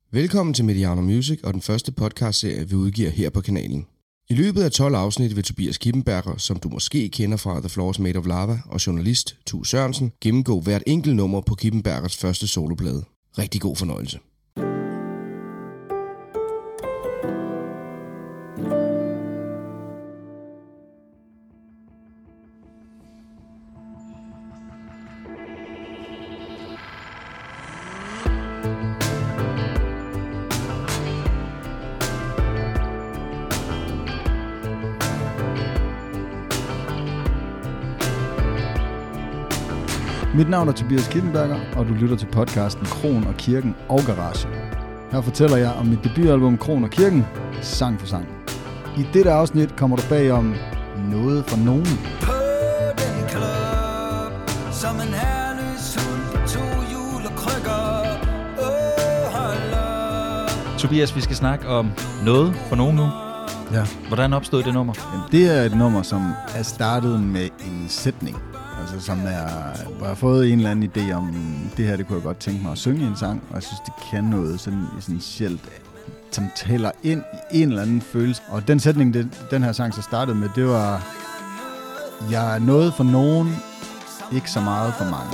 Velkommen til Mediano Music og den første podcastserie, vi udgiver her på kanalen. I løbet af 12 afsnit vil Tobias Kippenberger, som du måske kender fra The Floor is Made of Lava, og journalist Tue Sørensen, gennemgå hvert enkelt nummer på Kippenbergers første soloplade. Rigtig god fornøjelse. Mit navn er Tobias Kippenberger, og du lytter til podcasten Kron og Kirken og Garage. Her fortæller jeg om mit debutalbum Kron og Kirken, sang for sang. I dette afsnit kommer du bag om noget for nogen. På den klub, som en herløs hund, 2 hjul og krykker. Hold up. Tobias, vi skal snakke om noget for nogen nu. Ja. Hvordan opstod det nummer? Jamen, det er et nummer, som er startet med en sætning. Altså som hvor jeg har fået en eller anden idé om, det her, det kunne jeg godt tænke mig at synge i en sang, og jeg synes, det kan noget sådan essentielt, som tæller ind i en eller anden følelse. Og den sætning, den her sang så startede med, det var, jeg er noget for nogen, ikke så meget for mange.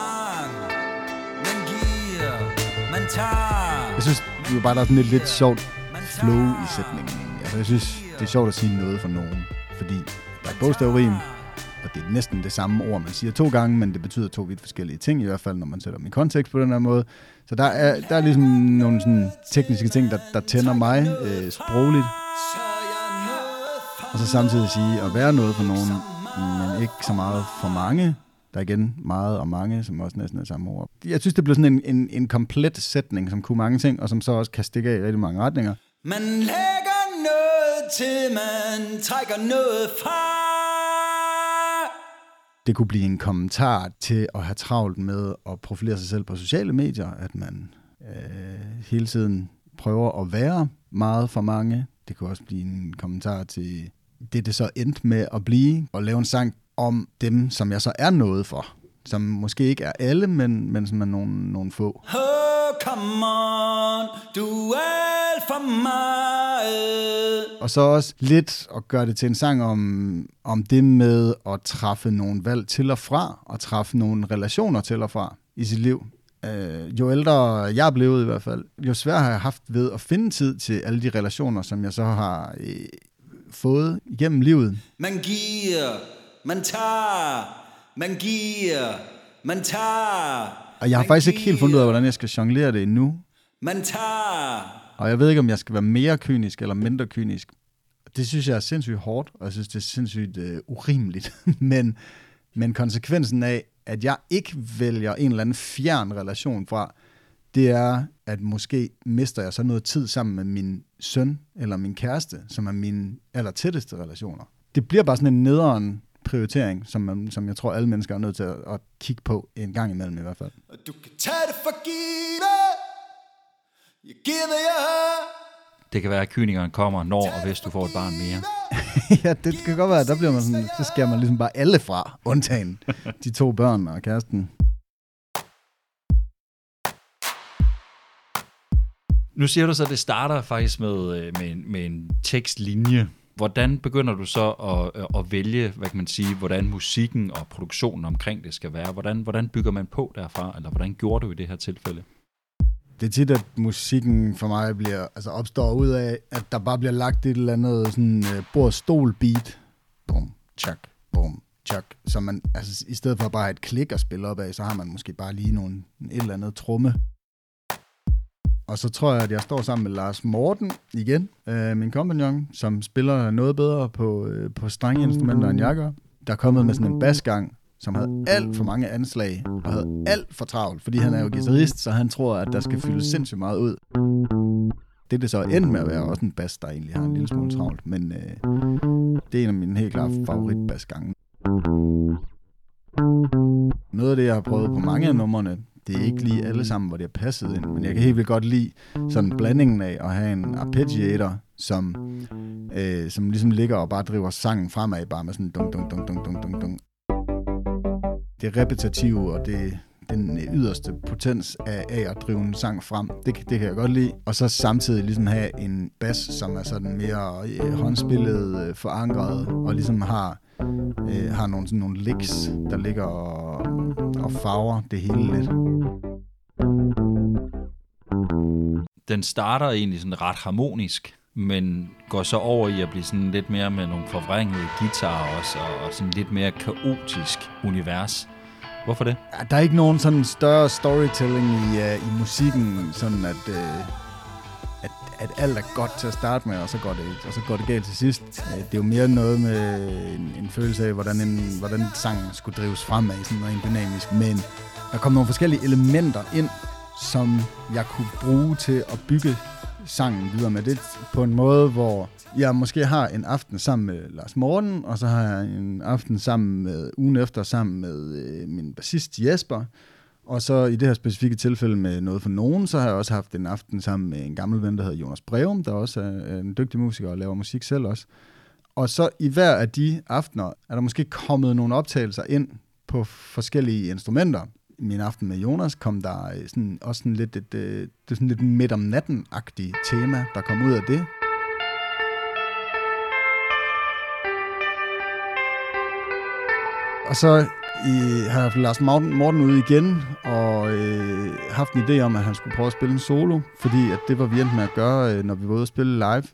Jeg synes, det var bare der er sådan et lidt sjovt flow i sætningen. Altså, jeg synes, det er sjovt at sige noget for nogen, fordi der er bogstavrim, og det er næsten det samme ord, man siger 2 gange, men det betyder 2 vidt forskellige ting, i hvert fald, når man sætter dem i kontekst på den her måde. Så der er ligesom nogle sådan tekniske ting, der tænder mig sprogligt. Og så samtidig sige at være noget for nogen, men ikke så meget for mange. Der er igen meget og mange, som også næsten er samme ord. Jeg synes, det bliver sådan en komplet sætning, som kunne mange ting, og som så også kan stikke af i rigtig mange retninger. Man lægger noget til, man trækker noget fra. Det kunne blive en kommentar til at have travlt med at profilere sig selv på sociale medier, at man hele tiden prøver at være meget for mange. Det kunne også blive en kommentar til det så endte med at blive, og lave en sang om dem, som jeg så er noget for. Som måske ikke er alle, men som er nogle få. Oh, come on, du er alt for meget. Og så også lidt at gøre det til en sang om det med at træffe nogle valg til og fra, og træffe nogle relationer til og fra i sit liv. Jo ældre jeg er blevet i hvert fald, jo sværere har jeg haft ved at finde tid til alle de relationer, som jeg så har fået igennem livet. Man giver, man tager, man giver, man tager. Og jeg har faktisk ikke helt fundet ud af, hvordan jeg skal jonglere det endnu. Man tager. Og jeg ved ikke, om jeg skal være mere kynisk eller mindre kynisk. Det synes jeg er sindssygt hårdt, og jeg synes, det er sindssygt urimeligt. men konsekvensen af, at jeg ikke vælger en eller anden fjern relation fra, det er, at måske mister jeg så noget tid sammen med min søn eller min kæreste, som er mine allertætteste relationer. Det bliver bare sådan en nederen prioritering, som jeg tror, alle mennesker er nødt til at kigge på en gang imellem i hvert fald. Og du kan tage det for givet. Jeg giver jer. Det kan være, at kynikeren kommer, når og hvis du får et barn mere. Ja, det kan godt være, at der bliver man sådan, så skærer man ligesom bare alle fra, undtagen de 2 børn og kæresten. Nu siger du så, at det starter faktisk med en tekstlinje. Hvordan begynder du så at vælge, hvad kan man sige, hvordan musikken og produktionen omkring det skal være? Hvordan bygger man på derfra, eller hvordan gjorde du i det her tilfælde? Det er tit, at musikken for mig opstår ud af, at der bare bliver lagt et eller andet sådan bord-stol-beat. Bum, tjak, bum, tjak. Så man, i stedet for bare et klik at spille op af, så har man måske bare lige et eller andet tromme. Og så tror jeg, at jeg står sammen med Lars Morten igen, min kompagnon, som spiller noget bedre på strengeinstrumenter end jeg gør. Der er kommet med sådan en basgang, som havde alt for mange anslag, og havde alt for travlt, fordi han er jo guitarist, så han tror, at der skal fyldes sindssygt meget ud. Det så endte med at være også en bas, der egentlig har en lille smule travlt, men det er en af mine helt klare favoritbasgange. Noget af det, jeg har prøvet på mange af numrene, det er ikke lige alle sammen, hvor det er passet ind, men jeg kan helt vildt godt lide sådan blandingen af at have en arpeggiator, som ligesom ligger og bare driver sangen fremad, bare med sådan dunk, dunk, dunk, dunk, dunk, dunk, dunk. Det repetitive og det den yderste potens af at drive en sang frem. Det kan jeg godt lide. Og så samtidig ligesom have en bas, som er sådan mere håndspillet, forankret, og ligesom har nogle licks, der ligger og farver det hele lidt. Den starter egentlig sådan ret harmonisk, men går så over i at blive sådan lidt mere med nogle forvrængede guitarer også, og sådan lidt mere kaotisk univers. Hvorfor det? Ja, der er ikke nogen sådan større storytelling i musikken, sådan at alt er godt til at starte med, og så går det galt til sidst. Det er jo mere noget med en følelse af, hvordan sangen skulle drives fremad, sådan rent dynamisk. Men der kom nogle forskellige elementer ind, som jeg kunne bruge til at bygge sangen videre med det på en måde, hvor jeg måske har en aften sammen med Lars Morten, og så har jeg en aften ugen efter sammen med min bassist Jesper, og så i det her specifikke tilfælde med Noget for Nogen, så har jeg også haft en aften sammen med en gammel ven, der hedder Jonas Breum, der også er en dygtig musiker og laver musik selv også. Og så i hver af de aftener er der måske kommet nogle optagelser ind på forskellige instrumenter. I min aften med Jonas kom der sådan lidt midt om natten-agtigt tema, der kom ud af det. Og så har jeg haft Lars Morten ude igen, og haft en idé om, at han skulle prøve at spille en solo, fordi at det var vi endte med at gøre, når vi var ude at spille live.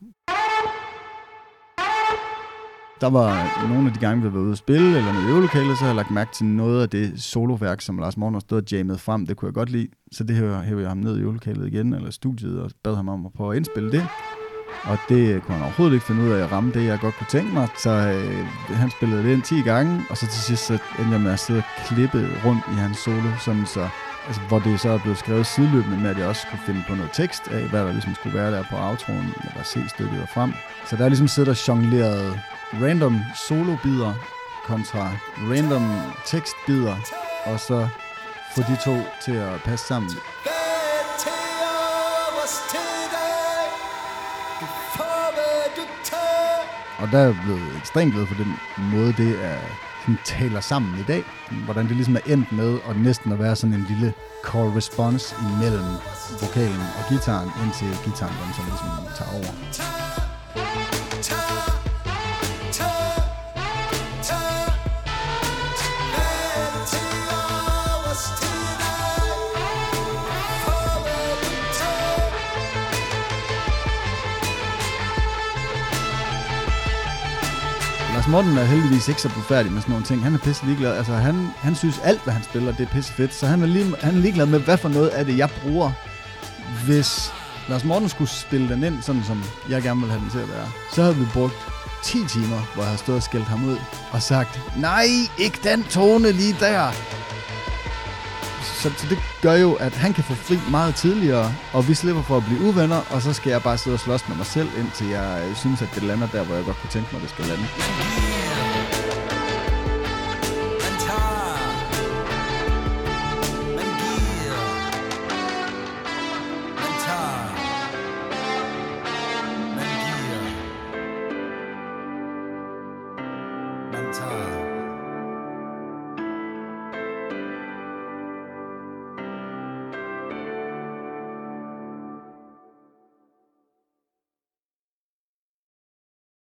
Der var nogle af de gange, vi var ude at spille, eller noget i øvelokalet, så har jeg lagt mærke til noget af det soloværk, som Lars Morten har stået og jammet frem. Det kunne jeg godt lide, så det hævde jeg ham ned i øvelokalet igen, eller studiet, og bad ham om at prøve at indspille det. Og det kunne han overhovedet ikke finde ud af at ramme det, jeg godt kunne tænke mig. Så han spillede det ind 10 gange, og så til sidst så endte jeg med at sidde og klippe rundt i hans solo, sådan så, altså, hvor det så er blevet skrevet sideløbende med, at jeg også kunne finde på noget tekst af, hvad der ligesom skulle være der på outroen, eller C-stykket og frem. Så der er ligesom siddet og jongleret random solo-bider kontra random tekstbider, og så få de to til at passe sammen. Og der er jeg blevet ekstremt glad for den måde, det er, taler sammen i dag. Hvordan det ligesom er endt med at næsten at være sådan en lille core response imellem vokalen og gitaren, indtil gitaren den så ligesom tager over. Lars Morten er heldigvis ikke så befærdig med sådan nogle ting. Han er pisse ligeglad. Altså, han synes alt, hvad han spiller, det er pisse fedt. Så han er ligeglad med, hvad for noget af det, jeg bruger. Hvis Lars Morten skulle spille den ind, sådan som jeg gerne vil have den til at være, så havde vi brugt 10 timer, hvor jeg har stået og skældt ham ud og sagt, nej, ikke den tone lige der. Så det gør jo, at han kan få fri meget tidligere, og vi slipper for at blive uvenner, og så skal jeg bare sidde og slås med mig selv, indtil jeg synes, at det lander der, hvor jeg godt kunne tænke mig, det skal lande. Man tager